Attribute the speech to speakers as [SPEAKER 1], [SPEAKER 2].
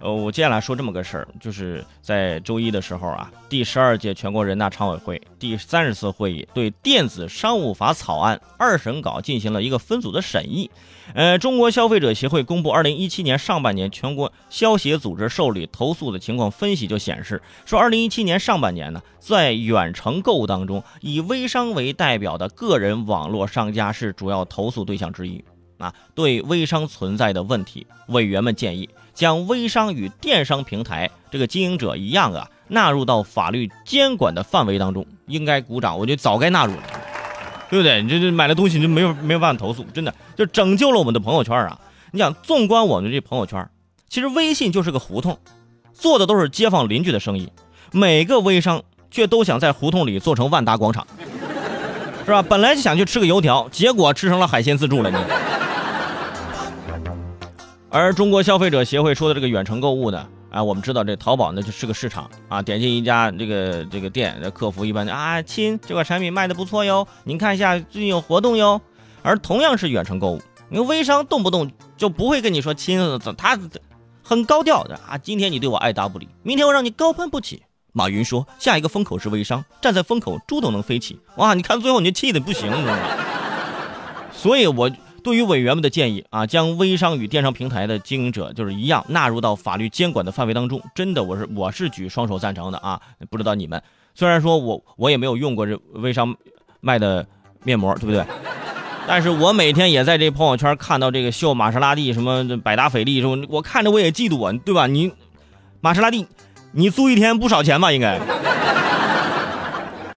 [SPEAKER 1] 我接下来说这么个事儿，就是在周一的时候啊，第12届全国人大常委会第30次会议对电子商务法草案2审稿进行了一个分组的审议。中国消费者协会公布2017年上半年全国消协组织受理投诉的情况分析就显示，说2017年上半年呢，在远程购物当中，以微商为代表的个人网络商家是主要投诉对象之一。对微商存在的问题，委员们建议将微商与电商平台这个经营者一样纳入到法律监管的范围当中，应该鼓掌，我觉得早该纳入了，对不对？你这买了东西就没有办法投诉，真的就拯救了我们的朋友圈啊！你想，纵观我们这朋友圈，其实微信就是个胡同，做的都是街坊邻居的生意，每个微商却都想在胡同里做成万达广场，是吧？本来就想去吃个油条，结果吃成了海鲜自助了你。而中国消费者协会说的这个远程购物呢，我们知道这淘宝呢就是个市场啊，点进一家这个店，这客服一般亲，这款产品卖的不错哟，您看一下最近有活动哟。而同样是远程购物，你微商动不动就不会跟你说亲，他很高调的今天你对我爱答不理，明天我让你高攀不起。马云说下一个风口是微商，站在风口猪都能飞起。哇，你看最后你就气得不行，你知道吗？所以我对于委员们的建议将微商与电商平台的经营者就是一样纳入到法律监管的范围当中，真的我是举双手赞成的不知道你们，虽然说我也没有用过这微商卖的面膜，对不对？但是我每天也在这朋友圈看到这个秀玛莎拉蒂什么百达翡丽什么，我看着我也嫉妒对吧？你玛莎拉蒂你租一天不少钱吧应该。